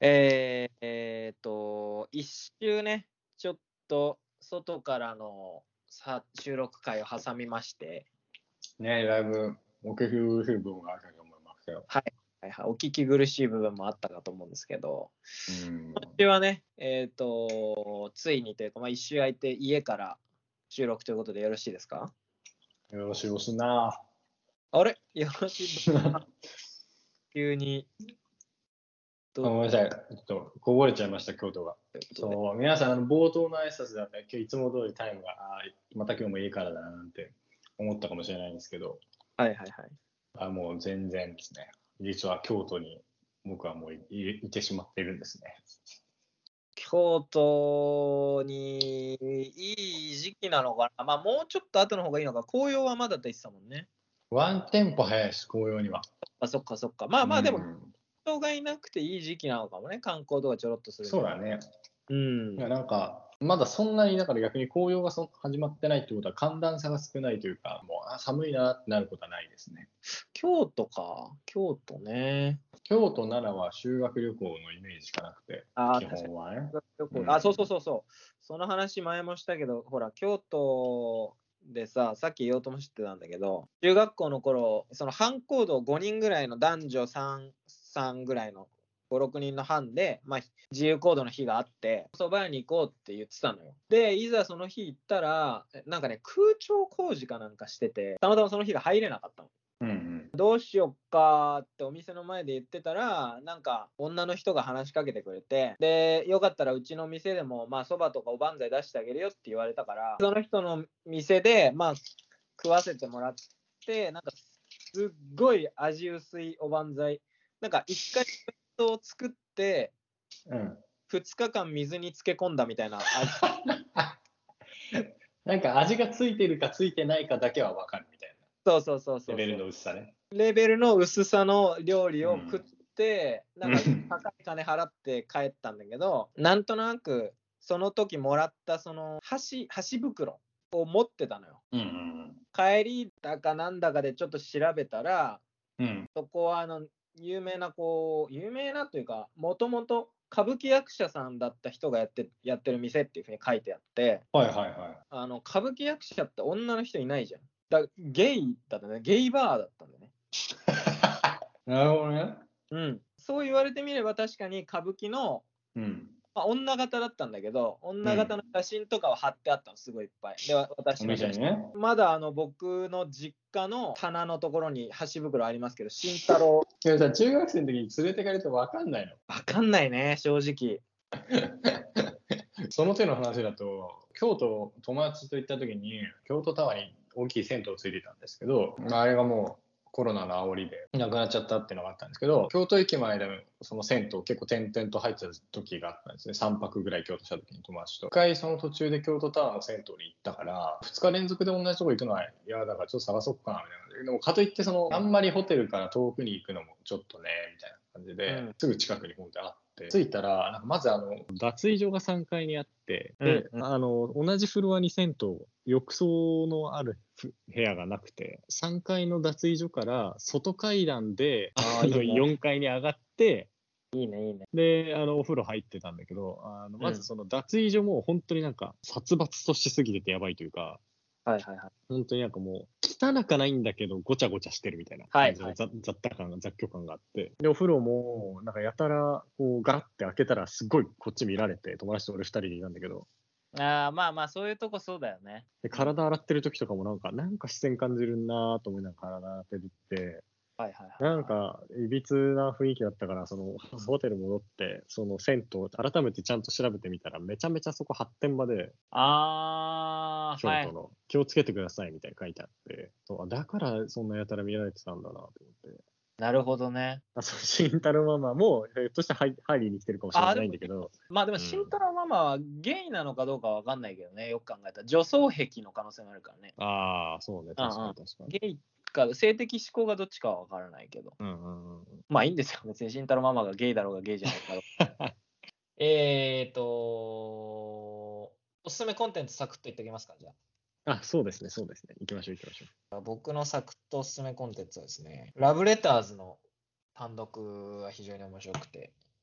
一周ね、ちょっと外からの収録会を挟みまして、 ね、だいぶお聞き苦しい部分があると思いますよ。 はいはいはい、お聞き苦しい部分もあったかと思うんですけど、 うん今週はね、ついにというか、一周空いて家から収録ということでよろしいですか？ よろしいおすな。 あれよろしい急にごめんなさい。ちょっとこぼれちゃいました、京都が。 ということで。 そう、皆さん、冒頭の挨拶だったら、今日いつも通りタイムが、また今日もいいからだななんて思ったかもしれないんですけど、 はいはいはい。 もう全然ですね。実は京都に僕はもういてしまっているんですね。 京都にいい時期なのかな、もうちょっと後の方がいいのか、紅葉はまだって言ってたもんね。 ワンテンポ早いです、紅葉には。 そっか。でも、人がいなくていい時期なのかもね、観光とかちょろっとするには。 そうだね。 うん。 いやなんか、まだそんなに、だから逆に紅葉が始まってないってことは寒暖差が少ないというか、もう寒いなってなることはないですね。 京都ね。 京都、奈良は修学旅行のイメージしかなくて、基確かに。 本はね。 そう。その話前もしたけど、ほら、京都でさっき言おうともしてたんだけど、中学校の頃、その班行動5人ぐらいの男女3ぐらいの5、6人の班で、自由行動の日があって、蕎麦屋に行こうって言ってたのよ。で、いざその日行ったら、なんかね、空調工事かなんかしてて、たまたまその日が入れなかったの。どうしよっかってお店の前で言ってたら、なんか女の人が話しかけてくれて、で、よかったらうちの店でも、蕎麦とかおばんざい出してあげるよって言われたから、その人の店で、食わせてもらって、なんかすっごい味薄いおばんざい、なんか一回を作って、2日間水に漬け込んだみたいな味。 なんか味がついてるかついてないかだけは分かるみたいそう。 なレベルの薄さね。 レベルの薄さの料理を食って、なんか高い金払って帰ったんだけど、なんとなくその時もらったその箸袋を持ってたのよ。帰りだかなんだかでちょっと調べたら、そこは有名なというか、もともと歌舞伎役者さんだった人がやってる店っていうふうに書いてあって、歌舞伎役者って女の人いないじゃん。ゲイだったね。ゲイバーだったんだよね。 なるほどね。 そう言われてみれば確かに歌舞伎の、女型だったんだけど、女型の写真とかは貼ってあったの、すごいいっぱい。で、私の写真。 ね、 まだ僕の実家の棚のところに箸袋ありますけど、慎太郎。 いやさ、中学生の時に連れてかれて分かんないの。 分かんないね、正直。 その手の話だと、京都、友達と行った時に、京都タワーに大きい銭湯ついてたんですけど、あれがもうコロナの煽りでなくなっちゃったっていうのがあったんですけど、京都駅前でその銭湯結構点々と入ってた時があったんですね。3泊ぐらい京都した時に友達と。一回その途中で京都タワーの銭湯に行ったから、2日連続で同じとこ行くのは嫌だからちょっと探そうかなみたいな。でもかといってあんまりホテルから遠くに行くのもちょっとね、みたいな感じで、すぐ近くに本当にあって。着いたら、なんかまず脱衣所が3階にあって、で、同じフロアに銭湯、浴槽のある部屋がなくて、3階の脱衣所から外階段で4階に上がって、 いいね。 で、お風呂入ってたんだけど、まずその脱衣所も本当になんか殺伐としすぎててやばいというか、本当になんかもう、汚くないんだけど、ごちゃごちゃしてるみたいな感じの雑居感があって。で、お風呂も、なんかやたら、こう、ガラッて開けたら、すっごいこっち見られて、友達と俺2人でいたんだけど。 そういうとこそうだよね。 で、体洗ってる時とかもなんか視線感じるなと思いながら体洗ってるって、なんか、いびつな雰囲気だったから、ホテル戻って、その銭湯、改めてちゃんと調べてみたら、めちゃめちゃそこ発展場で、京都の、気をつけてくださいみたいに書いてあって、だからそんなやたら見られてたんだなと思って。 なるほどね。 慎太郎ママも、ひょっとしたら入りに来てるかもしれないんだけど。 でも慎太郎ママはゲイなのかどうかわかんないけどね、よく考えたら。女装癖の可能性もあるからね。 そうね、確かに。 ゲイか、性的指向がどっちかはわからないけど。いいんですよ。別に慎太郎ママがゲイだろうがゲイじゃないかろう。おすすめコンテンツサクッと言っておきますか、じゃあ。 そうですね。行きましょう。 僕のサクッとおすすめコンテンツはですね、ラブレターズの単独は非常に面白くて。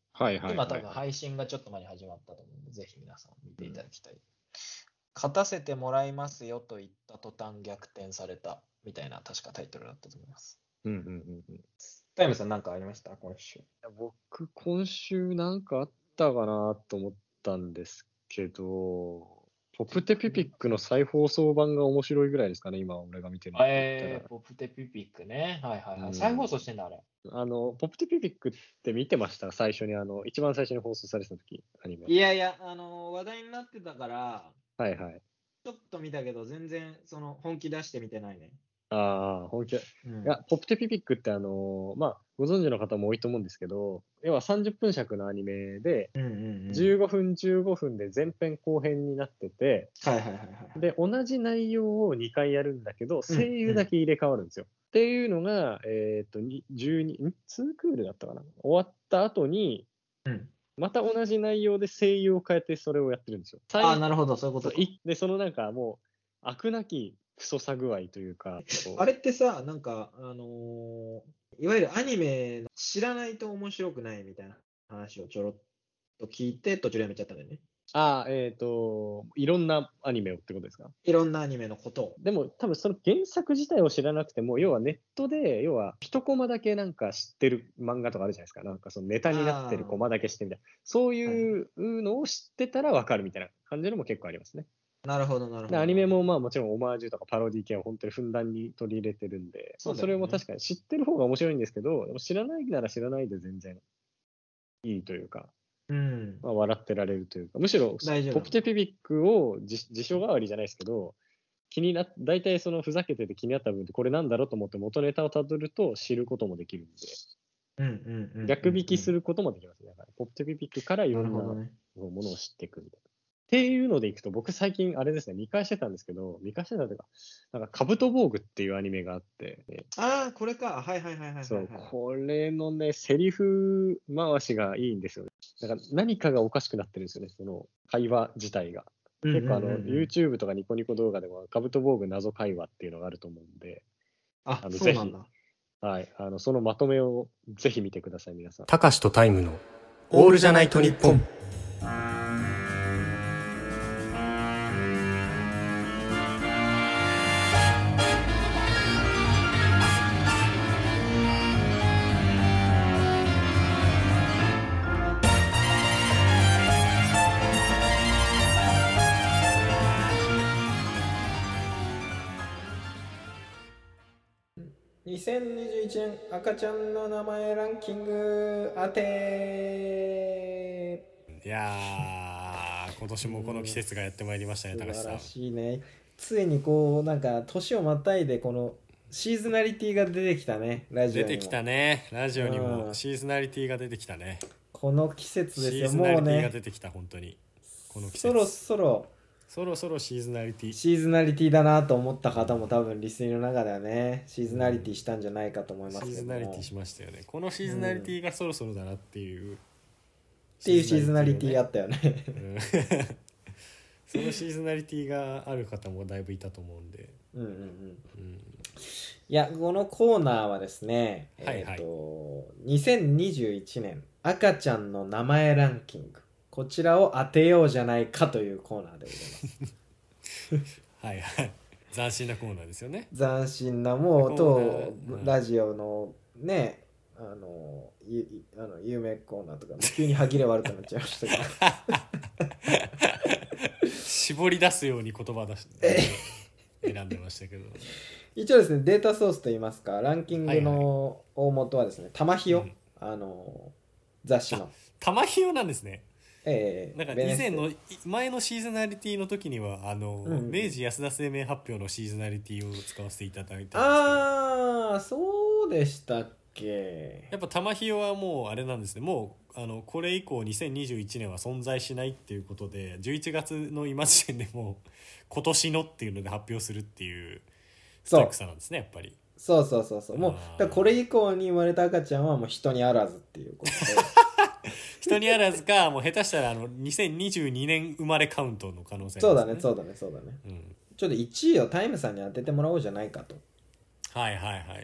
はいはいはい、 今多分配信がちょっと前に始まったと思うんで、ぜひ皆さん見ていただきたい。勝たせてもらいますよと言った途端逆転されたみたいな確かタイトルだったと思います。 うんうんうんうん。 タイムさん何かありました今週？ 僕、今週なんかあったかなと思ったんですけど、ポプテピピックの再放送版が面白いぐらいですかね、今俺が見てるのって言ったら。 ポプテピピックね。はいはいはい。 うん再放送してんだ、あれ。 ポプテピピックって見てました最初に、一番最初に放送された時、アニメ。 いやいや、話題になってたから、 はいはい。 ちょっと見たけど、全然、本気出して見てないね。 ああ、本気。いうん。 や、ポプテピピックってまあ、ご存知の方も多いと思うんですけど、要は30分尺のアニメで、 うんうんうん。 15分15分で前編後編になってて、 はいはいはいはい。 で、同じ内容を2回やるんだけど、 うん声優だけ入れ替わるんですよ。っていうのが、12、2クールだったかな。終わった後に、 うん。 また同じ内容で声優を変えてそれをやってるんですよ。 ああ、なるほど、そういうことか。 で、そのなんかもう、飽くなきクソさ具合というか、 あれってさ、なんか、いわゆるアニメの知らないと面白くないみたいな話をちょろっと聞いて、途中でやめちゃったんだよね。 いろんなアニメをってことですか？ いろんなアニメのことを。 でも多分その原作自体を知らなくても、要はネットで、要は一コマだけなんか知ってる漫画とかあるじゃないですか。なんかそのネタになってるコマだけ知ってみたいな。そういうのを知ってたらわかるみたいな感じのも結構ありますね。 なるほど、なるほど。 でアニメもまあもちろんオマージュとかパロディ系を本当にふんだんに取り入れてるんで、 そうだよねそれも確かに知ってる方が面白いんですけど、でも知らないなら知らないで全然いいというか、 うん。 まあ、笑ってられるというか、むしろ大丈夫ポプテピピックを辞書代わりじゃないですけど、大体そのふざけてて気になった部分ってこれなんだろうと思って元ネタをたどると知ることもできるんで、 うんうんうん。 逆引きすることもできますね。だからポプテピピックからいろんなもなるほどね。 のを知っていくみたいな。っていうのでいくと、僕最近あれですね、見返してたんですけど、見返してたというか、なんかカブトボーグっていうアニメがあって、 ああ、これか。はいはいはいはいはい。 そう、これのね、セリフ回しがいいんですよね。なんか何かがおかしくなってるんですよね、その会話自体が。結構YouTube とかニコニコ動画でもカブトボーグ謎会話っていうのがあると思うんで、 あ、そうなんだ。 はい、そのまとめをぜひ見てください、皆さん。 たかしとタイムのオールじゃないと日本。 2021年赤ちゃんの名前ランキング当て。 いやー、今年もこの季節がやってまいりましたね、高橋さん。 素晴らしいね。ついにこうなんか年をまたいでこのシーズナリティが出てきたね、ラジオにも。 出てきたね、ラジオにもシーズナリティが出てきたね。 この季節ですよ。 シーズナリティがもう出てきた、本当にこの季節。 そろそろシーズナリティ。 シーズナリティだなと思った方も多分リスニーの中ではね、シーズナリティしたんじゃないかと思いますけども、 シーズナリティしましたよね。このシーズナリティがそろそろだなっていう、 っていうシーズナリティがあったよね。 そのシーズナリティがある方もだいぶいたと思うんで、 うんうんうん。いや、このコーナーはですね、 はいはい 2021年赤ちゃんの名前ランキング、こちらを当てようじゃないかというコーナーでございます。 はいはい。斬新なコーナーですよね。 斬新なもうとラジオのね、有名コーナーとかも急に歯切れ悪くなっちゃいましたけど絞り出すように言葉出して選んでましたけど一応ですね、データソースといいますか、ランキングの大元はですね、玉ひよ、雑誌の玉ひよなんですね。なんかベネッセ前のシーズナリティの時には明治安田生命発表のシーズナリティを使わせていただいたんですけど、 ああ、そうでしたっけ。 やっぱ玉ひよはもうあれなんですね。もうこれ以降2021年は存在しないっていうことで、11月の今時点でもう今年のっていうので発表するっていうストイックさなんですね、やっぱり。 そうもうだからこれ以降に生まれた赤ちゃんはもう人にあらずっていうことで人にあらずか、もう下手したら2022年生まれカウントの可能性そうだね、 うん、 ちょっと1位をタイムさんに当ててもらおうじゃないかと。 はいはいはい。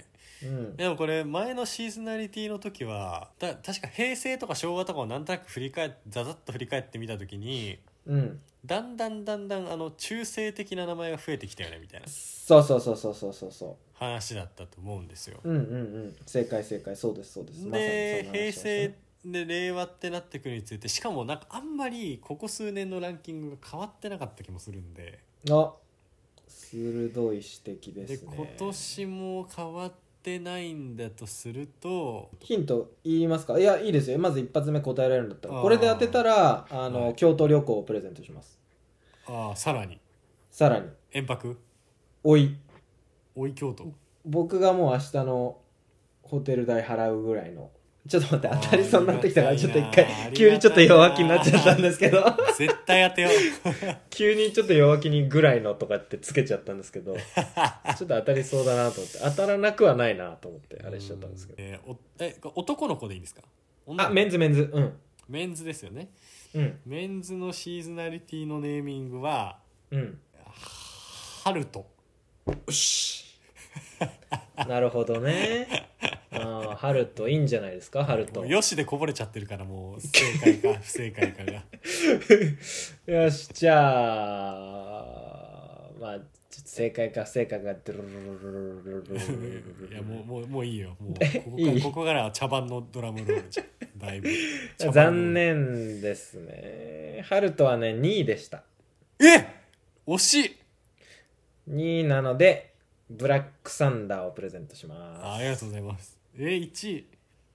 でもこれ前のシーズナリティの時は確か平成とか昭和とかをなんとなくざざっと振り返ってみた時に、 うん、 だんだん中性的な名前が増えてきたよねみたいなそう話だったと思うんですよ。 正解そうですで、 まさにその話ですね。 平成で令和ってなってくるについて、しかもなんかあんまりここ数年のランキングが変わってなかった気もするんで、 あ、鋭い指摘ですね。 で今年も変わってないんだとすると、 ヒント言いますか？いや、いいですよ。まず一発目答えられるんだったら、これで当てたらはい、京都旅行をプレゼントします。 さらに延泊おい京都、 僕がもう明日のホテル代払うぐらいの。ちょっと待って、当たりそうになってきたから、ちょっと一回急にちょっと弱気になっちゃったんですけど絶対当てよう急にちょっと弱気にぐらいのとかってつけちゃったんですけどちょっと当たりそうだなと思って、当たらなくはないなと思ってあれしちゃったんですけど、 男の子でいいんですか？ メンズメンズですよね。メンズのシーズナリティのネーミングはハルト。 よしなるほどね。ハルトいいんじゃないですか。ハルトよしでこぼれちゃってるから、もう正解か不正解かがよし、じゃあまあちょっと正解か不正解かっていやもういいよ。もうここからは茶番のドラムロールじゃん。だいぶ残念ですね。ハルトはね2位でした。 惜しい。 2位なのでブラックサンダーをプレゼントします。 ありがとうございます。1位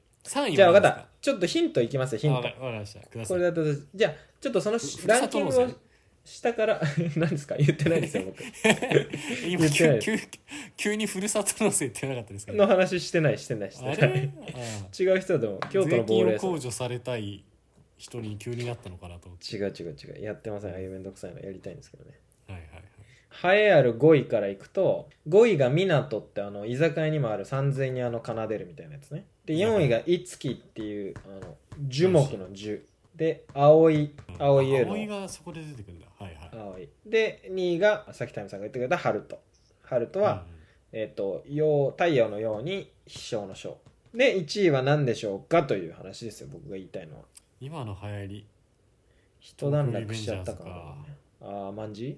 3位じゃあ分かった。ちょっとヒントいきますよ。ヒント。 分かりました。ください。 これだとじゃあちょっとそのランキングを下から何ですか？言ってないですよ僕今急にふるさと納税って言わなかったですか？ の話してないあれ違う人でも京都の亡霊税金を控除されたい人に急になったのかなと思って。 違うやってません。ああいうめんどくさいのやりたいんですけどね。 はい栄えある5位からいくと、5位が港って居酒屋にもある三千に奏でるみたいなやつね。で4位がいつきっていう樹木の樹で青い絵の青いがそこで出てくるんだ。 青いで2位がさっきタイムさんが言ってくれたハルトは、太陽のように飛翔の翔で、1位は何でしょうかという話ですよ。僕が言いたいのは今の流行り一段落しちゃったからね。マンジ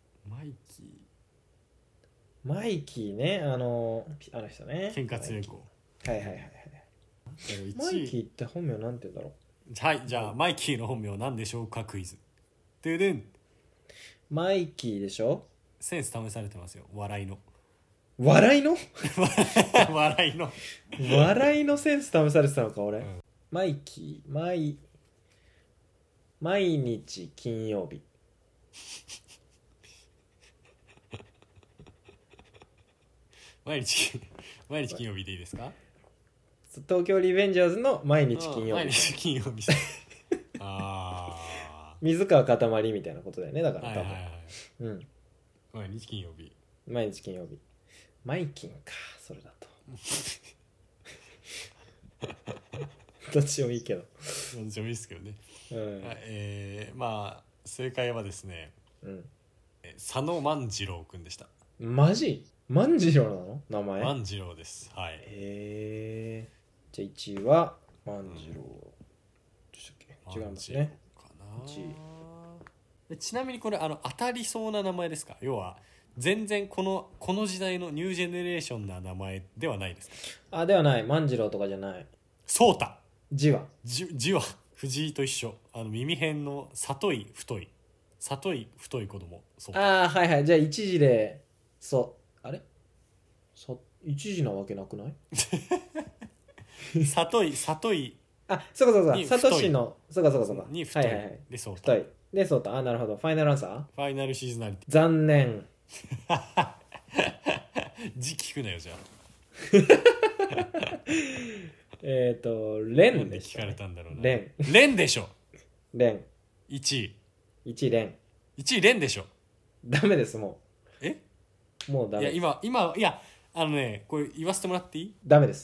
マイキーね、あの人ね、 喧嘩強い子。 はいマイキーって本名なんて言うんだろう。 はい、じゃあマイキーの本名なんでしょうかクイズ。ででん、 マイキーでしょ。 センス試されてますよ。笑いの笑いの笑いのセンス試されてたのか俺、マイキー毎日金曜日毎日金曜日でいいですか？ 東京リベンジャーズの毎日金曜日。 毎日金曜日水川かたまりみたいなことだよね。だから多分、 毎日金曜日マイキンか、それだとどっちもいいけどどっちもいいですけどね。まあ正解はですね、佐野万次郎くんでした。 マジ？万次郎なの？名前？ 万次郎です。はい。 じゃあ1位は万次郎。どうしたっけ？違いますね。 ちなみにこれ当たりそうな名前ですか？要は全然この時代のニュージェネレーションな名前ではないですか？ ではない。万次郎とかじゃない。 そうた。 字は藤井と一緒。耳辺の里い太い子供。 そう。じゃあ一時で一時なわけなくない？ 里いそうサトシのそうに太い、でそう太いでそうた。なるほど。ファイナルアンサー？ ファイナルシーズナリティ。 残念。 字聞くなよじゃあ。 レンで聞かれたんだろうな。 レンでしょ。 レン 1 位レンでしょ。 ダメです。もうダメ。 いやこれ言わせてもらっていい？ ダメです。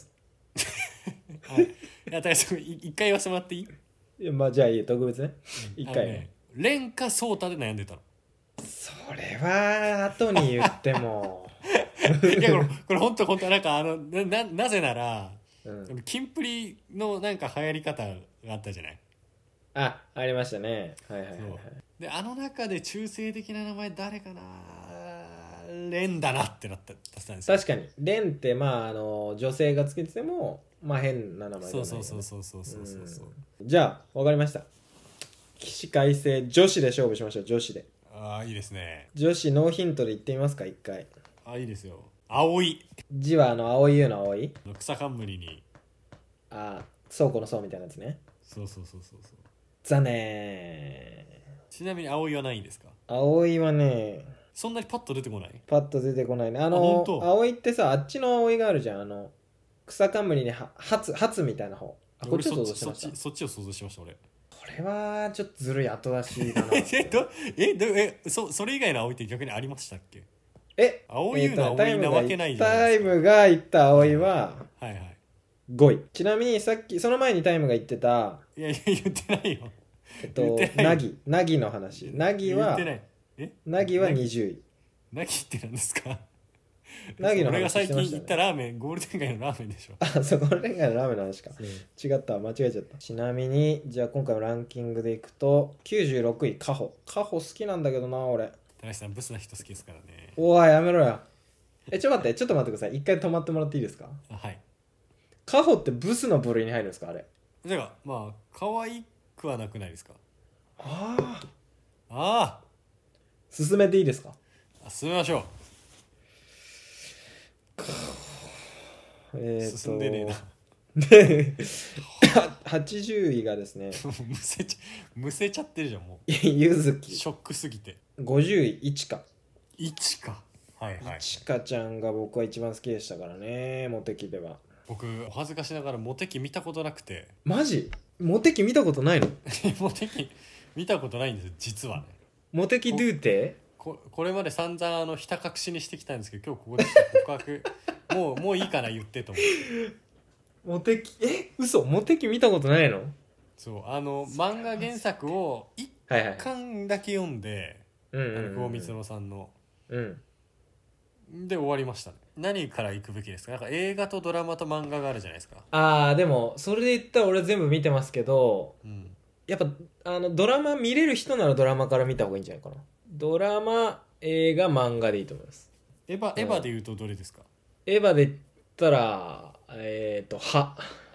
だから一回言わせてもらっていい？ じゃあいいよ、特別ね。一回レンかソータで悩んでたの。 それは後に言ってもいやこれ本当なんかなぜなら、 うん、 キンプリのなんか流行り方があったじゃない。 ありましたね。はいはいはい、はい。 であの中で中性的な名前誰かな、レンだなってなったんですよ。 確かにレンってまあ女性がつけててもまあ変な名前じゃないよね。うん、じゃあ分かりました。起死回生女子で勝負しましょう。女子で。 ああいいですね。 女子ノーヒントで言ってみますか一回。 あいいですよ。葵。 字は青い湯の青い。 草冠に。 倉庫の倉みたいなやつね。 そう。 残念。 ちなみに葵はないんですか？ 葵はね、 そんなにパッと出てこない。 パッと出てこないね。葵ってさ、あっちの葵があるじゃん。草冠に初みたいな方。こっちを想像してました。 そっちを想像しました俺。 これはちょっとずるい後出しだなそれ以外の葵って逆にありましたっけ？ 葵湯の葵なわけないじゃないですか。 タイムが言った葵ははい 5位。ちなみにさっきその前にタイムが言ってたいや言ってないよ。 ナギの話。ナギは20位。 ナギって何ですか？ ナギの俺が最話してましたね。 近行ったラーメンゴールデン街のラーメンでしょ。 そうゴールデン街のラーメンの話か。違った間違えちゃった。ちなみにじゃあ今回のランキングでいくと96位カホ好きなんだけどな俺。 高橋さんブスな人好きですからね。 おいやめろよ。ちょっと待ってください。一回止まってもらっていいですか？ はい。 カホってブスの部類に入るんですかあれ？ だからまあ可愛くはなくないですか？ ああ進めていいですか？ 進めましょう。 進んでねえな。 80位がですねむせちゃってるじゃんもう。 ゆずき。 ショックすぎて。 50位いちか。 いちか。はいはい。 いちかちゃんが僕は一番好きでしたからね、モテキでは。 僕お恥ずかしながらモテキ見たことなくて。 マジ？モテキ見たことないの？ モテキ見たことないんですよ実はね。 モテキドゥーテこれまで散々ひた隠しにしてきたんですけど、今日ここで告白もういいかな言ってと思って。 モテキ嘘モテキ見たことないの？ そう漫画原作を1巻だけ読んで、久保光郎さんの、で終わりましたね。何から行くべきですか？なんか映画とドラマと漫画があるじゃないですか。 でもそれで言ったら俺全部見てますけど、やっぱドラマ見れる人ならドラマから見た方がいいんじゃないかな。ドラマ映画漫画でいいと思います。 エヴァで言うとどれですか？ エヴァで言ったらは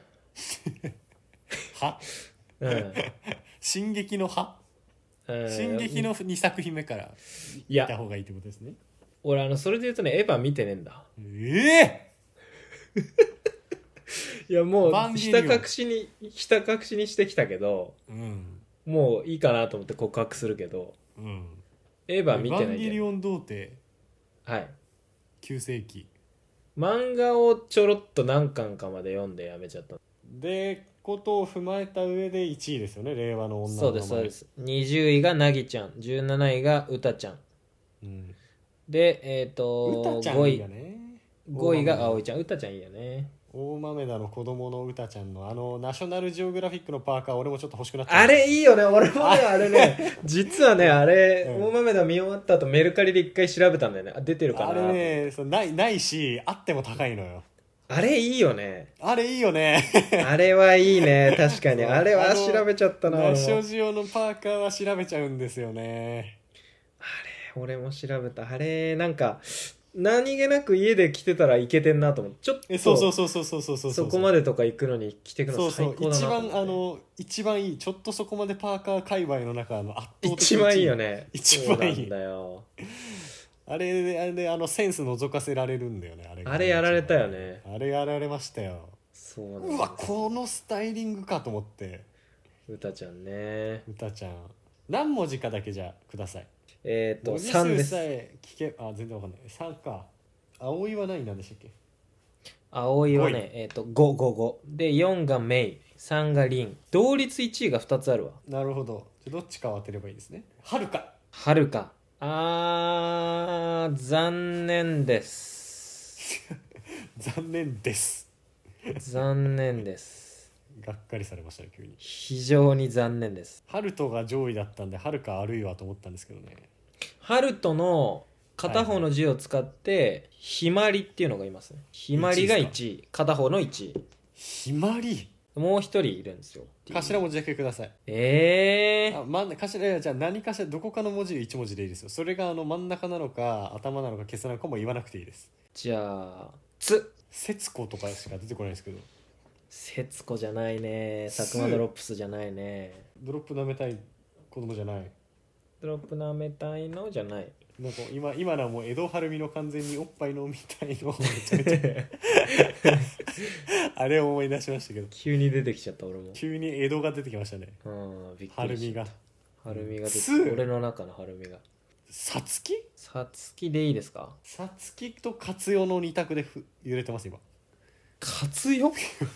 進撃の歯、進撃の2作品目から見た方がいいってことですね。 俺それで言うとねエヴァ見てねえんだ。いやもうひた隠しにしてきたけど、もういいかなと思って告白するけど、エヴァ見てない。エヴァンゲリオン童貞、 はい 9世紀漫画をちょろっと何巻かまで読んでやめちゃったでことを踏まえた上で1位ですよね、令和の女の名前。 そうです20位がなぎちゃん、17位がうたちゃん、で5位、5位があおいちゃん。うたちゃんいいよね。 大豆田の子供のうたちゃんのナショナルジオグラフィックのパーカー、俺もちょっと欲しくなっちゃう。 あれいいよね。俺もねあれね実はねあれ、大豆田見終わった後メルカリで一回調べたんだよね。出てるかな。 あれねないし、あっても高いのよ。 あれいいよね。 あれいいよねあれはいいね。確かにあれは調べちゃったな。 ナショジオのパーカーは調べちゃうんですよね。 あれ俺も調べた。あれなんか何気なく家で着てたらいけてんなと思って、ちょっとそうそこまでとか行くのに着てくの最高だなと思って。 一番いい、ちょっとそこまでパーカー界隈の中の圧倒的一番いいよね。 一番いい。 そうなんだよ。 あれでセンス覗かせられるんだよね。 あれやられたよね。 あれやられましたよ。 そうなんだ。 うわこのスタイリングかと思って。 うたちゃんね。 うたちゃん何文字かだけじゃください。 3です。 聞け全然わかんない。3か。葵は何なんでしたっけ？ 葵はね5で4がメイ、3がリン。同率1位が2つあるわ。 なるほど。どっちかを当てればいいですね。はるか。 残念です残念です残念です。 がっかりされましたね急に。 非常に残念です。 ハルトが上位だったんではるかあるいはと思ったんですけどね。 ハルトの片方の字を使ってひまりっていうのがいますね。ひまりが1位、片方の1位。 ひまり、 もう一人いるんですよ。 頭文字だけください。頭じゃあ何かしらどこかの文字で1文字でいいですよ。それが真ん中なのか頭なのかケツなのかも言わなくていいです。 じゃあつ、 節子とかしか出てこないですけど。 節子じゃないね。佐久間ドロップスじゃないね。 ドロップ舐めたい子供じゃない。 ドロップ舐めたいのじゃない。 なんか今のはもう江戸晴美の完全におっぱいのみたいのをめちゃめちゃあれを思い出しましたけど、 急に出てきちゃった俺も。 急に江戸が出てきましたね。 びっくりした。晴美が出てきた。俺の中の晴美が。 さつき？ さつきでいいですか？ さつきと活用の2択で揺れてます今。 活用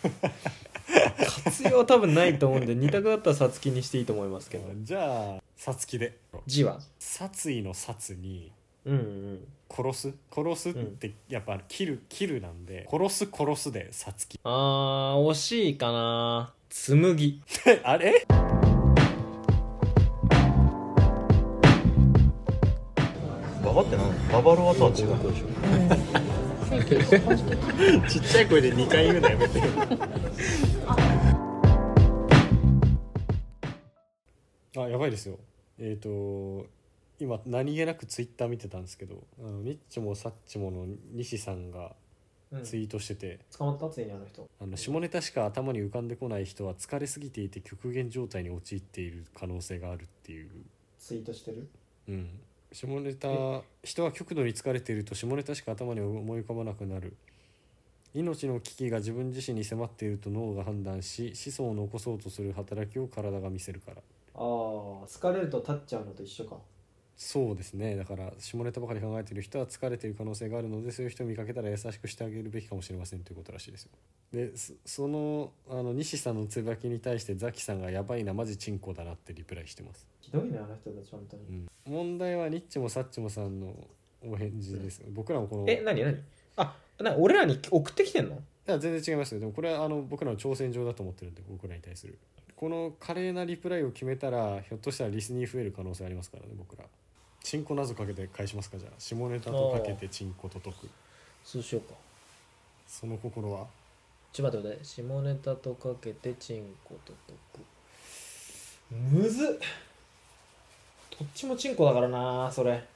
活用は多分ないと思うんで2択だったらさつきにしていいと思いますけど。 じゃあさつきで。 字は殺意の殺に殺すってやっぱ切るなんで、殺すでさつき。 惜しいかな。紬あれババって何？ババロアとは違うでしょ。 ちっちゃい声で2回言うのやめてあ、やばいですよ。今何気なくツイッター見てたんですけど、ニッチもサッチもの西さんがツイートしてて、 捕まったついにあの人。 下ネタしか頭に浮かんでこない人は疲れすぎていて極限状態に陥っている可能性があるっていうツイートしてる。 下ネタ、人は極度に疲れていると下ネタしか頭に思い浮かばなくなる。命の危機が自分自身に迫っていると脳が判断し、子孫を残そうとする働きを体が見せるから。 疲れると立っちゃうのと一緒か。 そうですね。だから下ネタばかり考えている人は疲れている可能性があるので、そういう人を見かけたら優しくしてあげるべきかもしれませんということらしいですよ。でその西さんのつぶやきに対してザキさんがやばいなマジチンコだなってリプライしてます。 ひどいねあの人たち本当に、 問題はニッチもサッチもさんのお返事です、僕らもこの何俺らに送ってきてんの？ いや全然違いますよ。でもこれは僕らの挑戦状だと思ってるんで、僕らに対するこの華麗なリプライを決めたらひょっとしたらリスニー増える可能性ありますからね。僕らチンコ謎かけて返しますか。じゃあ下ネタとかけてチンコと解く。そうしようか。 その心はちょっと待って、下ネタとかけてチンコと解く。むずっ。どっちもチンコだからなそれ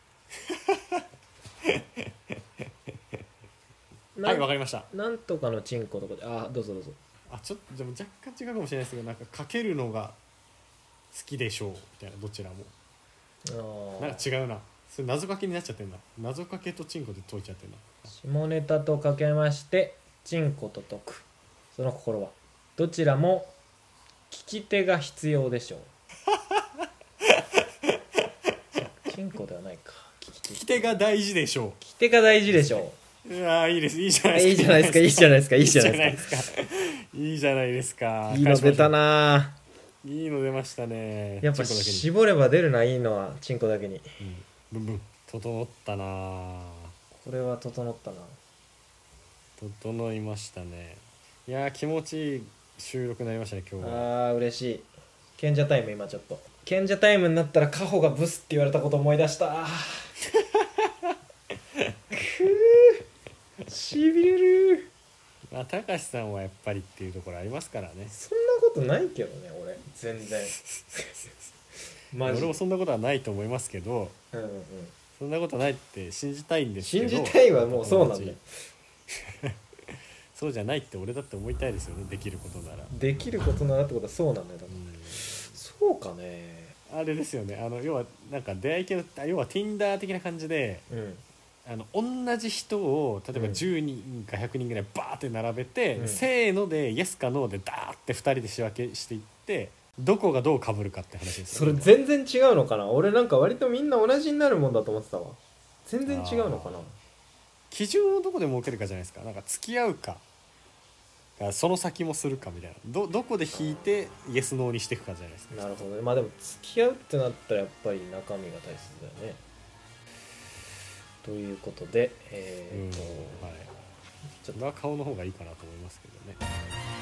はいわかりました。 なんとかのチンコとかで、どうぞどうぞ。 ちょっとでも若干違うかもしれないですけど、なんかかけるのが好きでしょうみたいな、どちらもなんか違うな。それ謎かけになっちゃってんだ。謎かけとチンコで解いちゃってんだ。 下ネタとかけましてチンコと解く。その心はどちらも聞き手が必要でしょうチンコではないか。 聞き手が大事でしょう。 聞き手が大事でしょう。 いやいいです。いいじゃないですか。 いいじゃないですか。いいじゃないですか。いいじゃないですか。 いいじゃないですか。 いいの出たな。 いいの出ましたね。 やっぱ絞れば出るな。いいのはチンコだけに。 ブンブン整ったな。 これは整ったな。 整いましたね。いや気持ちいい収録になりましたね今日は。 嬉しい。賢者タイム。今ちょっと賢者タイムになったらカホがブスって言われたこと思い出したしびれる。 たかしさんはやっぱりっていうところありますからね。 そんなことないけどね俺全然俺もそんなことはないと思いますけど、そんなことないって信じたいんですけど、 信じたいはもうそうなんだよそうじゃないって俺だって思いたいですよね。できることなら。 できることならってことはそうなんだよ。そうかね。 あれですよね。要はなんか出会い系の要は Tinder 的な感じで、同じ人を例えば10人か100人ぐらいバーって並べて、せーのでイエスかノーでダーって2人で仕分けしていって、どこがどう被るかって話ですよね。 それ全然違うのかな。俺なんか割とみんな同じになるもんだと思ってたわ。全然違うのかな。 基準をどこで設けるかじゃないですか。なんか付き合うかその先もするかみたいな、どこで引いてイエスノーにしていくかじゃないですか。 なるほどね。まあでも付き合うってなったらやっぱり中身が大切だよね。ということではい、ちょっと顔の方がいいかなと思いますけどね。